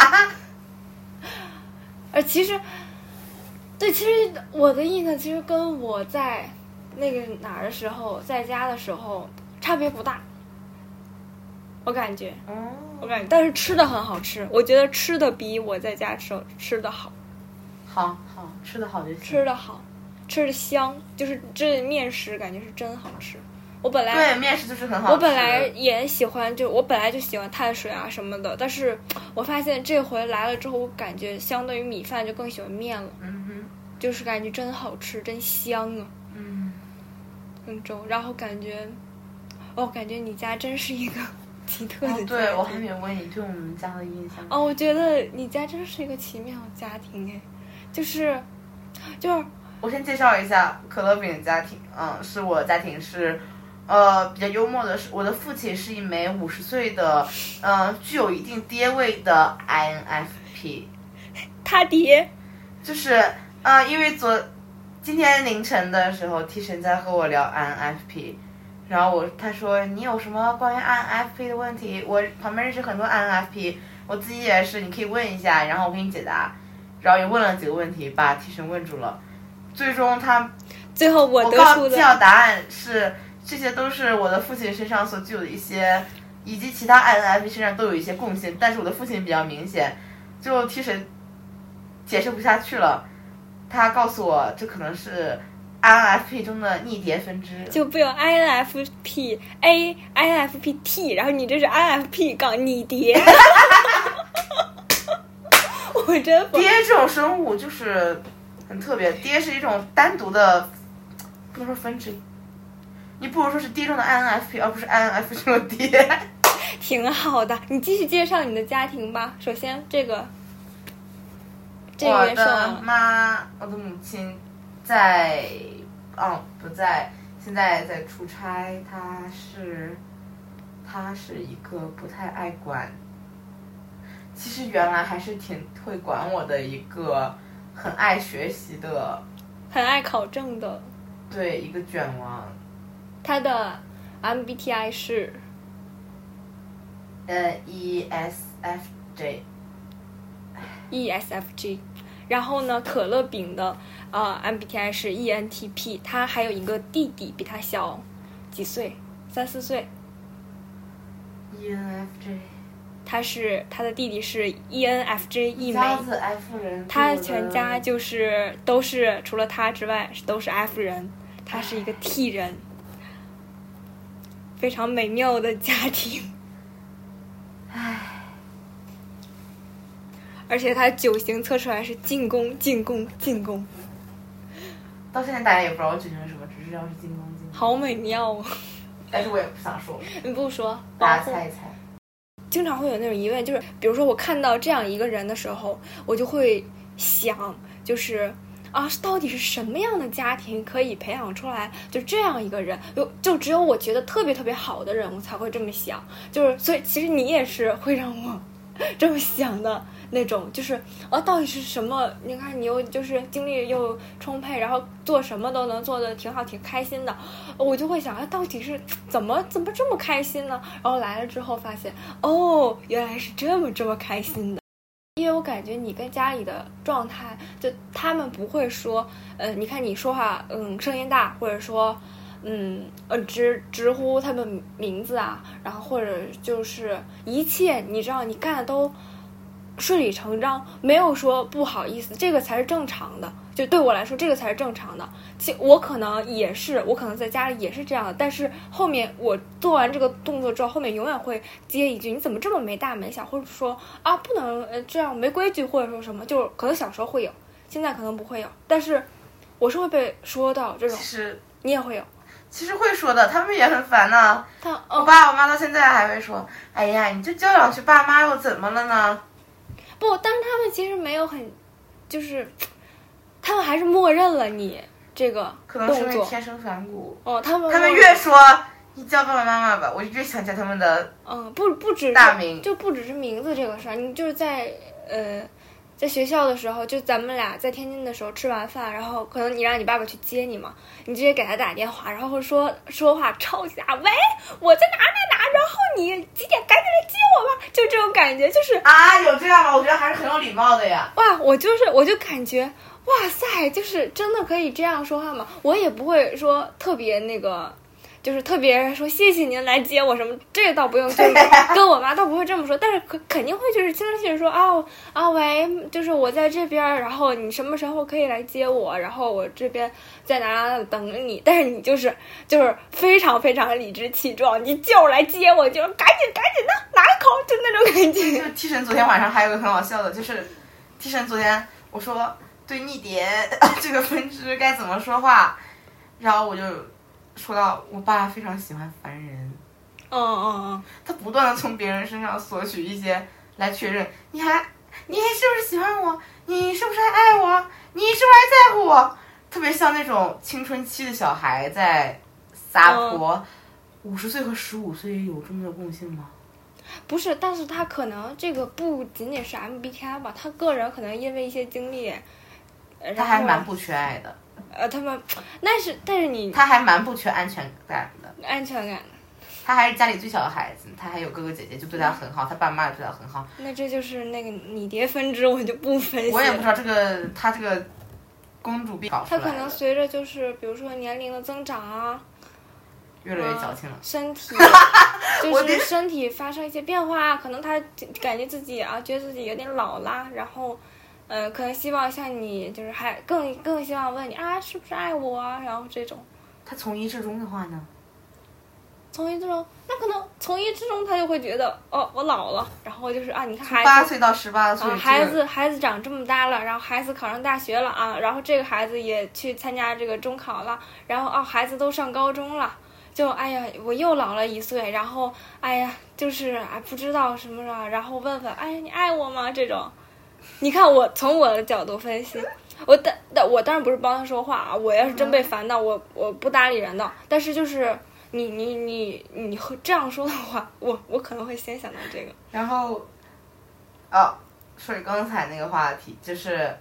呃，其实，对，其实我的印象其实跟我在那个哪儿的时候，在家的时候差别不大，我感觉， 哦， 我感觉，但是吃的很好吃，我觉得吃的比我在家吃吃的好， 好好吃的好就行， 吃的好，吃的香，就是这面食感觉是真好吃。 我本来对面食就是很好吃。 我本来也喜欢，就我本来就喜欢碳水啊什么的，但是我发现这回来了之后，我感觉相对于米饭就更喜欢面了。 嗯哼， 就是感觉真好吃，真香啊。 嗯， 郑州，然后感觉，哦，感觉你家真是一个奇特的家庭。 哦，对，我还没有问你对我们家的印象。 哦，我觉得你家真是一个奇妙的家庭哎，就是，就是。 我先介绍一下可乐饼的家庭，嗯，是我的家庭是。呃，比较幽默的是，我的父亲是一枚五十岁的，呃，具有一定爹味的 I N F P。 他爹， 就是呃，因为昨今天凌晨的时候 ，T 神在和我聊 I N F P， 然后我他说你有什么关于 I N F P 的问题？我旁边认识很多 I N F P， 我自己也是，你可以问一下，然后我给你解答。然后也问了几个问题，把 T 神问住了。最终他最后我得出的揭晓答案是。这些都是我的父亲身上所具有的一些，以及其他 I N F P 身上都有一些共性，但是我的父亲比较明显，就 T 神解释不下去了，他告诉我这可能是 I N F P 中的逆蝶分支， 就不有 I N F P A I N F P T， 然后你这是 I N F P 杠逆蝶。我真蝶这种生物就是很特别，蝶是一种单独的，不能说分支。你不如说是爹中的 I N F P， 而不是 I N F P 中的爹。 挺好的，你继续介绍你的家庭吧。首先，这个，这个我的妈，我的母亲在，哦，不在，现在在出差。她是，她是一个不太爱管，其实原来还是挺会管我的一个很爱学习的， 很爱考证的， 对，一个卷王。 他的 M B T I 是呃 E S F J E S F J， 然后呢，可乐饼的呃 M B T I 是 E N T P， 他还有一个弟弟比他小几岁，三四岁。 E N F J， 他是他的弟弟是 E N F J 一枚， 家子 F 人， 他全家就是都是除了他之外都是 F 人，他是一个 T 人。非常美妙的家庭， 唉， 而且他九型测出来是进攻进攻进攻， 到现在大家也不知道我九型是什么，只知道是进攻进攻， 好美妙啊！ 但是我也不想说， 你不说， 大家猜一猜。 经常会有那种疑问，就是比如说我看到这样一个人的时候，我就会想，就是啊，到底是什么样的家庭可以培养出来就这样一个人？就就只有我觉得特别特别好的人，我才会这么想。就是所以，其实你也是会让我这么想的那种。就是啊，到底是什么？你看你又就是精力又充沛，然后做什么都能做得挺好，挺开心的。我就会想，啊，到底是怎么怎么这么开心呢？然后来了之后发现，哦，原来是这么这么开心的。因为我感觉你跟家里的状态，就他们不会说，呃，你看你说话，嗯，声音大，或者说，嗯，呃，直直呼他们名字啊，然后或者就是一切，你知道你干的都顺理成章，没有说不好意思，这个才是正常的。就对我来说，这个才是正常的。其我可能也是，我可能在家里也是这样的，但是后面我做完这个动作之后，后面永远会接一句：“你怎么这么没大没小？”或者说啊，不能呃这样没规矩，或者说什么，就是可能小时候会有，现在可能不会有，但是我是会被说到这种。 其实你也会有。 其实会说的，他们也很烦呢。 他、哦、 我爸我妈到现在还会说：“哎呀，你就叫两句爸妈又怎么了呢？” 不，但是他们其实没有很，就是他们还是默认了你这个可能是因为天生反骨。 哦，他们他们越说你叫爸爸妈妈吧，我就越想叫他们的嗯，不不只大名， 就不只是名字这个事儿，你就是在呃。在学校的时候，就咱们俩在天津的时候吃完饭，然后可能你让你爸爸去接你嘛，你直接给他打电话，然后说说话超级大，喂，我在哪哪哪，然后你几点赶紧来接我吧，就这种感觉，就是啊，有这样吗？我觉得还是很有礼貌的呀。 哇，我就是我就感觉哇塞，就是真的可以这样说话吗？我也不会说特别那个， 就是特别说谢谢您来接我什么，这个倒不用，就是跟我妈倒不会这么说，但是肯肯定会就是轻声细语说啊啊喂，就是我在这边，然后你什么时候可以来接我，然后我这边在哪哪哪等你，但是你就是就是非常非常理直气壮，你就是来接我，就赶紧赶紧的拿一口，就那种感觉。 就是 T 神昨天晚上还有个很好笑的，就是 T 神昨天我说对逆蝶这个分支该怎么说话，然后我就说到我爸非常喜欢烦人， 嗯嗯嗯， 他不断的从别人身上索取一些来确认，你还你还是不是喜欢我？你是不是还爱我？你是不是还在乎我？特别像那种青春期的小孩在撒泼。五十岁和十五岁有这么的共性吗？ 不是，但是他可能这个不仅仅是 M B T I 吧，他个人可能因为一些经历， 他还蛮不缺爱的。 呃，他们，但是但是你， 他还蛮不缺安全感的。 安全感。 他还是家里最小的孩子，他还有哥哥姐姐，就对他很好，他爸妈也对他很好。 那这就是那个拟蝶分支，我就不分析。 我也不知道这个他这个公主病搞出来的。 他可能随着就是比如说年龄的增长啊。 越来越矫情了， 嗯、身体就是身体发生一些变化，可能他感觉自己啊，觉得自己有点老啦，然后，呃，可能希望像你，就是还更更希望问你啊，是不是爱我啊？然后这种。 他从一至终的话呢？ 从一至终，那可能从一至终他就会觉得，哦，我老了，然后就是啊，你看孩子八岁到十八岁、 啊，孩子孩子长这么大了，然后孩子考上大学了啊，然后这个孩子也去参加这个中考了，然后啊，孩子都上高中了。就哎呀，我又老了一岁，然后哎呀，就是啊不知道什么了，然后问问，哎呀，你爱我吗？这种，你看我从我的角度分析，我但但我当然不是帮他说话啊，我要是真被烦到，我我不搭理人的，但是就是你你你你会这样说的话，我我可能会先想到这个。 然后，哦，说你刚才那个话题，就是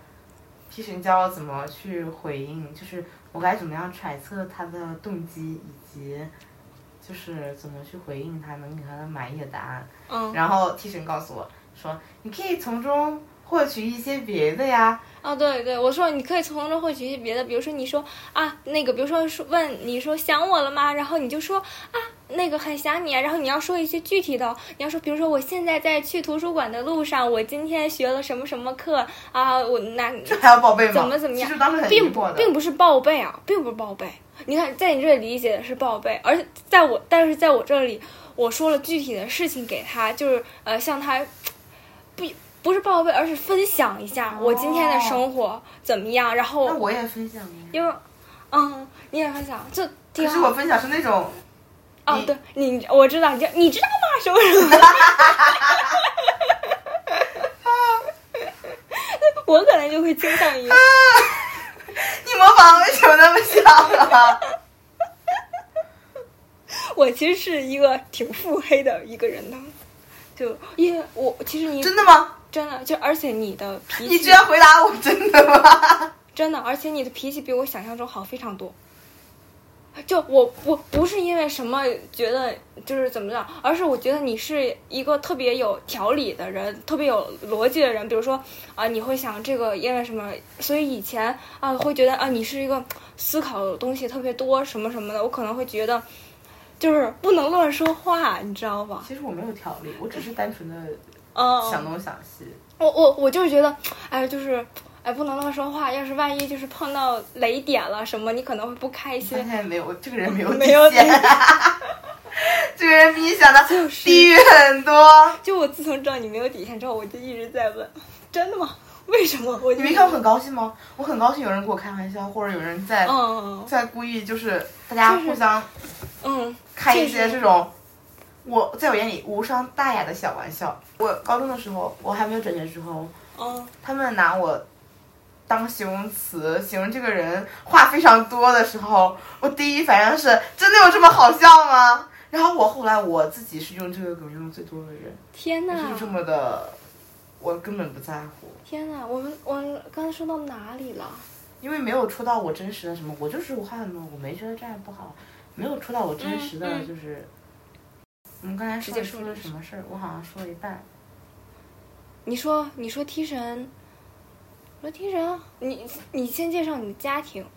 T神教我怎么去回应，就是我该怎么样揣测他的动机，以及就是怎么去回应他，能给他的满意的答案。 嗯。 然后 T 神告诉我说，你可以从中获取一些别的呀。 哦，对对，我说你可以从中获取一些别的，比如说你说啊，那个，比如说说问你说想我了吗？然后你就说啊，那个很想你啊。然后你要说一些具体的，你要说，比如说我现在在去图书馆的路上，我今天学了什么什么课啊，我那这还要报备吗？ 怎么怎么样？ 其实当时很并不并不是报备啊，并不是报备。你看，在你这里理解的是报备，而在我，但是在我这里，我说了具体的事情给他，就是呃，向他不。不是报备，而是分享一下我今天的生活怎么样。然后那我也分享呀， 因为，嗯，你也分享，这挺好。 可是我分享是那种， 哦，对你，我知道，你你知道吗？什么什么？我可能就会倾向于，你模仿为什么那么像啊？ 我其实是一个挺腹黑的一个人的，就因为我其实你真的吗？ 真的，就而且你的脾气， 你居然回答我真的吗？ 真的，而且你的脾气比我想象中好非常多。就我我不是因为什么觉得就是怎么样，而是我觉得你是一个特别有条理的人，特别有逻辑的人。比如说啊、呃，你会想这个因为什么，所以以前啊、呃、会觉得啊、呃、你是一个思考的东西特别多什么什么的，我可能会觉得就是不能乱说话，你知道吧？ 其实我没有条理，我只是单纯的。 嗯， 想东想西， 我我我就是觉得，哎，就是哎，不能乱说话。要是万一就是碰到雷点了什么，你可能会不开心。 现在没有，这个人没有没有底线， 这个人比你想的低于很多。 就我自从知道你没有底线之后，我就一直在问，真的吗？为什么？我你没看我很高兴吗？我很高兴有人跟我开玩笑，或者有人在嗯在故意就是大家互相嗯开一些这种。我在我眼里无伤大雅的小玩笑。我高中的时候，我还没有转学之后， 嗯， 他们拿我当形容词形容这个人话非常多的时候，我第一反应是真的有这么好笑吗？然后我后来我自己是用这个梗用的最多的人。 天哪！ 就是这么的，我根本不在乎。 天哪！我们我刚才说到哪里了？ 因为没有说到我真实的什么，我就是武汉的，我没觉得这样不好，没有说到我真实的就是。嗯嗯我们刚才说说了什么事儿？我好像说了一半。 你说，你说 T 神，说 T 神，你你先介绍你的家庭。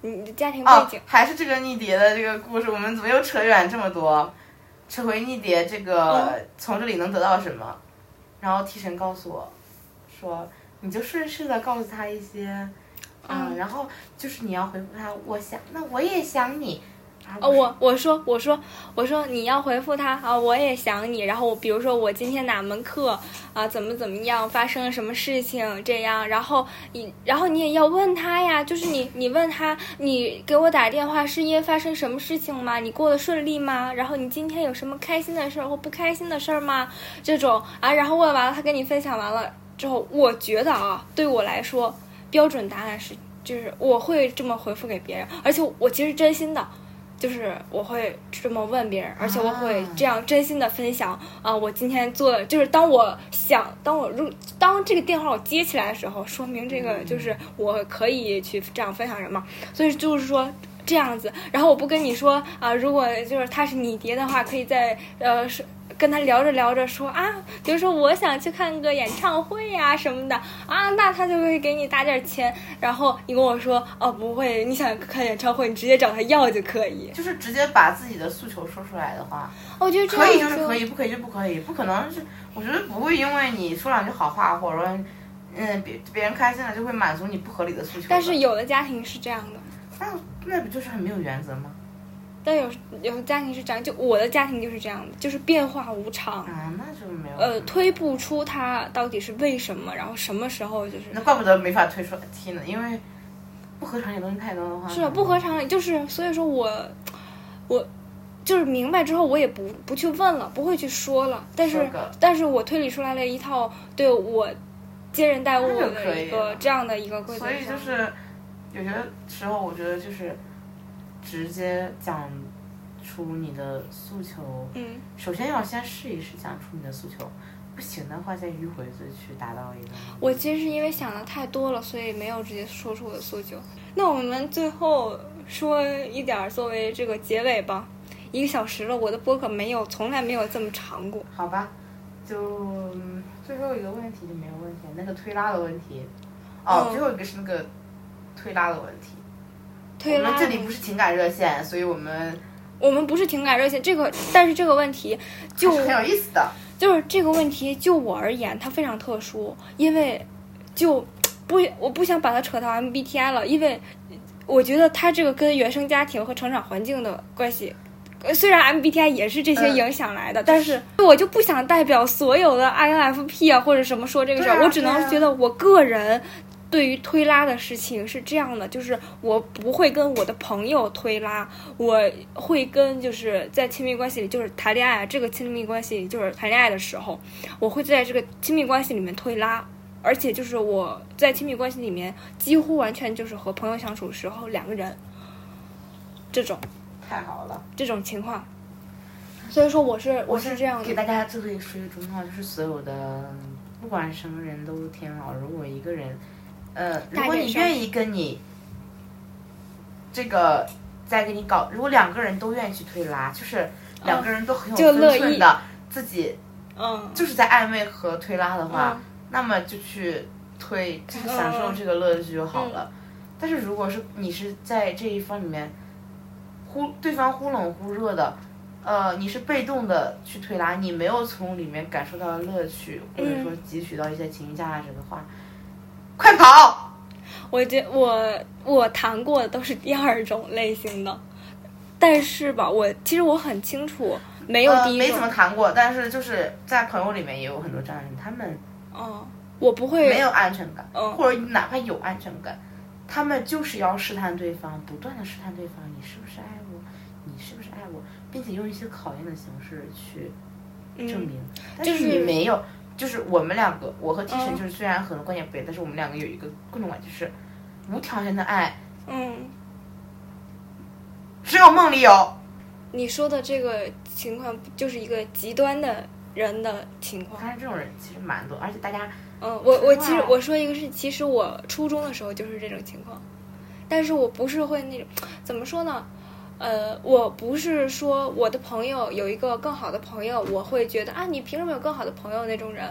你的家庭背景、 哦、还是这个逆蝶的这个故事，我们怎么又扯远这么多？扯回逆蝶这个、嗯、从这里能得到什么？然后替神告诉我说，你就顺势的告诉他一些，嗯，嗯然后就是你要回复他，我想，那我也想你。 哦，我我说我说我说你要回复他啊，我也想你。然后我比如说我今天哪门课啊，怎么怎么样，发生了什么事情这样，然后你然后你也要问他呀，就是你你问他，你给我打电话是因为发生什么事情吗？你过得顺利吗？然后你今天有什么开心的事儿或不开心的事儿吗？这种啊，然后问完了，他跟你分享完了之后，我觉得啊，对我来说标准答案是就是我会这么回复给别人，而且我其实真心的。就是我会这么问别人，而且我会这样真心的分享啊、呃，我今天做就是当我想当我如当这个电话我接起来的时候，说明这个就是我可以去这样分享人嘛，所以就是说这样子。然后我不跟你说啊、呃，如果就是他是你爹的话，可以在呃是。跟他聊着聊着说啊，比如说我想去看个演唱会呀、啊、什么的啊，那他就会给你打点钱。然后你跟我说哦不会，你想看演唱会，你直接找他要就可以。 就是直接把自己的诉求说出来的话， 我觉得这样可以就是可以，不可以就不可以，不可能是，我觉得不会因为你说两句好话，或者说嗯别别人开心了就会满足你不合理的诉求。 但是有的家庭是这样的， 那那不就是很没有原则吗？ 但有有的家庭是这样，就我的家庭就是这样的，就是变化无常啊，那就没有呃推不出它到底是为什么，然后什么时候就是那怪不得没法推出踢呢，因为不合常理的东西太多的话。 是啊，不合常理，就是所以说我我就是明白之后我也不不去问了，不会去说了，但是但是我推理出来了一套对我接人待物的一个这样的一个规则。 所以就是有些时候我觉得就是直接讲出你的诉求， 嗯， 首先要先试一试讲出你的诉求，不行的话再迂回着去达到一个。 我其实是因为想的太多了，所以没有直接说出我的诉求。那我们最后说一点作为这个结尾吧，一个小时了，我的播客没有从来没有这么长过。 好吧，就最后一个问题就没有问题，那个推拉的问题，哦，嗯、最后一个是那个推拉的问题。 推拉我们这里不是情感热线，所以我们我们不是情感热线，这个但是这个问题就很有意思的， 就是这个问题就我而言它非常特殊，因为就不我不想把它扯到 M B T I 了，因为我觉得它这个跟原生家庭和成长环境的关系，虽然 M B T I 也是这些影响来的、嗯、但是我就不想代表所有的 I N F P 啊或者什么说这个事儿、啊、我只能觉得我个人对于推拉的事情是这样的，就是我不会跟我的朋友推拉，我会跟就是在亲密关系里，就是谈恋爱这个亲密关系里，就是谈恋爱的时候，我会在这个亲密关系里面推拉，而且就是我在亲密关系里面几乎完全就是和朋友相处的时候两个人，这种太好了， 这种情况，所以说我是我是这样的。 给大家最后一个说一个忠告，就是所有的不管什么人都挺好，如果一个人。呃，如果你愿意跟你这个再给你搞，如果两个人都愿意去推拉，就是两个人都很有分寸的，自己嗯， 就是在暧昧和推拉的话， 嗯、 那么就去推，就是享受这个乐趣就好了。 嗯、 但是如果是你是在这一方里面忽对方忽冷忽热的，呃，你是被动的去推拉，你没有从里面感受到乐趣，或者说汲取到一些情绪价值的话。嗯快跑！ 我觉我我谈过的都是第二种类型的，但是吧，我其实我很清楚没有第一种、 呃、没怎么谈过，但是就是在朋友里面也有很多这样的人，他们哦，我不会没有安全感， 嗯、 或者哪怕有安全感，他们就是要试探对方，不断的试探对方，你是不是爱我，你是不是爱我，并且用一些考验的形式去证明， 嗯、 但是你没有。就是我们两个，我和 T 神就是虽然很多观点不一样，但是我们两个有一个共同感，就是无条件的爱， 嗯， 只有梦里有。 你说的这个情况就是一个极端的人的情况， 但是这种人其实蛮多，而且大家， 嗯，我我其实我说一个是，其实我初中的时候就是这种情况，但是我不是会那种怎么说呢？呃，我不是说我的朋友有一个更好的朋友，我会觉得啊，你凭什么有更好的朋友那种人，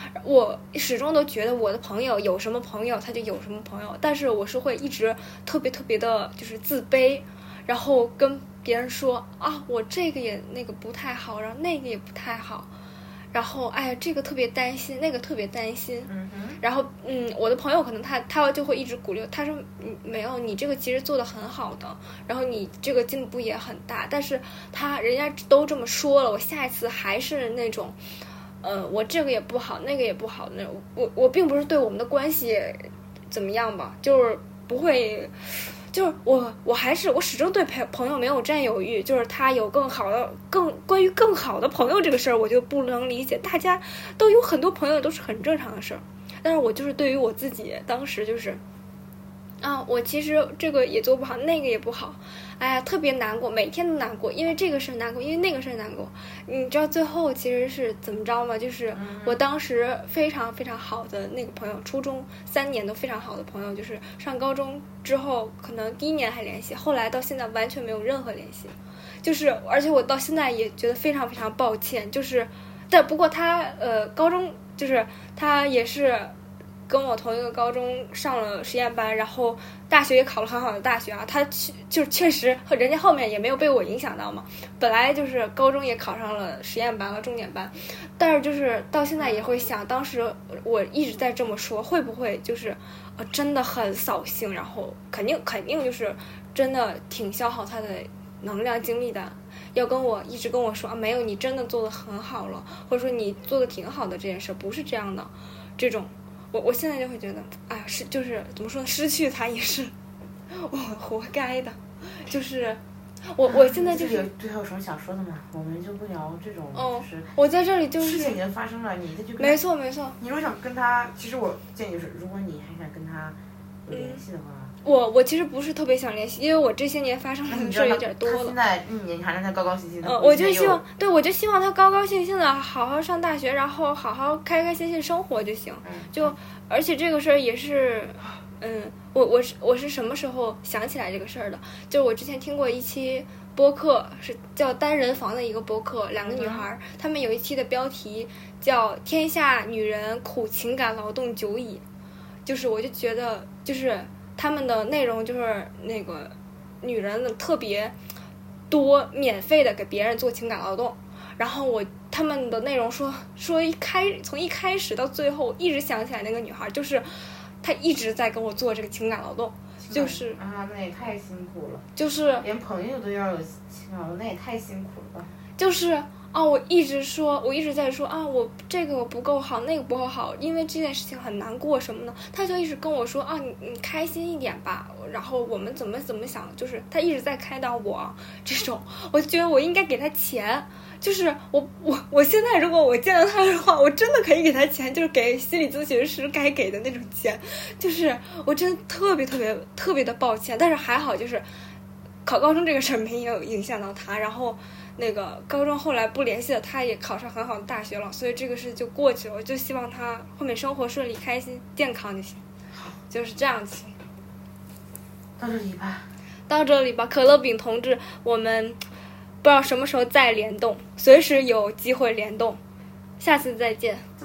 我始终都觉得我的朋友有什么朋友他就有什么朋友，但是我是会一直特别特别的就是自卑，然后跟别人说啊我这个也那个不太好，然后那个也不太好，然后哎呀这个特别担心，那个特别担心， 嗯哼， 然后嗯我的朋友可能他他就会一直鼓励他说嗯没有，你这个其实做的很好的，然后你这个进步也很大，但是他人家都这么说了，我下一次还是那种呃我这个也不好那个也不好，那我我并不是对我们的关系怎么样吧，就是不会，就是我我还是我始终对朋朋友没有占有欲，就是他有更好的更关于更好的朋友这个事儿我就不能理解，大家都有很多朋友都是很正常的事儿，但是我就是对于我自己当时就是啊我其实这个也做不好那个也不好，哎呀特别难过，每天都难过，因为这个事难过，因为那个事难过，你知道最后其实是怎么着吗？就是我当时非常非常好的那个朋友，初中三年都非常好的朋友，就是上高中之后可能第一年还联系，后来到现在完全没有任何联系，就是而且我到现在也觉得非常非常抱歉，就是但不过他呃高中就是他也是跟我同一个高中上了实验班，然后大学也考了很好的大学啊，他就确实和人家后面也没有被我影响到嘛，本来就是高中也考上了实验班和重点班，但是就是到现在也会想，当时我一直在这么说，会不会就是呃真的很扫兴，然后肯定肯定就是真的挺消耗他的能量精力的，要跟我一直跟我说啊没有，你真的做得很好了，或者说你做得挺好的这件事不是这样的，这种我我现在就会觉得哎是就是怎么说呢，失去他也是我活该的，就是我我现在就是有最后有什么想说的吗？我们就不聊这种哦就是我在这里就是事情已经发生了，你再去跟他没错没错， 你如果想跟他，其实我建议就是，如果你还想跟他有联系的话， 我我其实不是特别想联系，因为我这些年发生的事儿有点多了。 他现在一年，你还让他高高兴兴的。 嗯，我就希望，对我就希望他高高兴兴的好好上大学，然后好好开开心心生活就行。 嗯、 就而且这个事儿也是，嗯，我我是我是什么时候想起来这个事儿的？就是我之前听过一期播客，是叫单人房的一个播客，两个女孩，嗯、她们有一期的标题叫《天下女人苦情感劳动久矣》，就是我就觉得就是他们的内容就是那个女人的特别多，免费的给别人做情感劳动，然后我他们的内容说说一开从一开始到最后一直想起来那个女孩，就是她一直在跟我做这个情感劳动，就是啊那也太辛苦了， 就是连朋友都要有情感劳动，那也太辛苦了吧， 就是啊，我一直说，我一直在说啊，我这个不够好，那个不够好，因为这件事情很难过什么的，他就一直跟我说啊，你你开心一点吧，然后我们怎么怎么想，就是他一直在开导我这种，我就觉得我应该给他钱，就是我我我现在如果我见到他的话，我真的可以给他钱，就是给心理咨询师该给的那种钱，就是我真的特别特别特别的抱歉，但是还好就是考高中这个事儿没有影响到他，然后那个高中后来不联系了，他也考上很好的大学了，所以这个事就过去了，我就希望他后面生活顺利开心健康就行，就是这样子。 到这里吧到这里吧，可乐饼同志，我们不知道什么时候再联动，随时有机会联动，下次再见。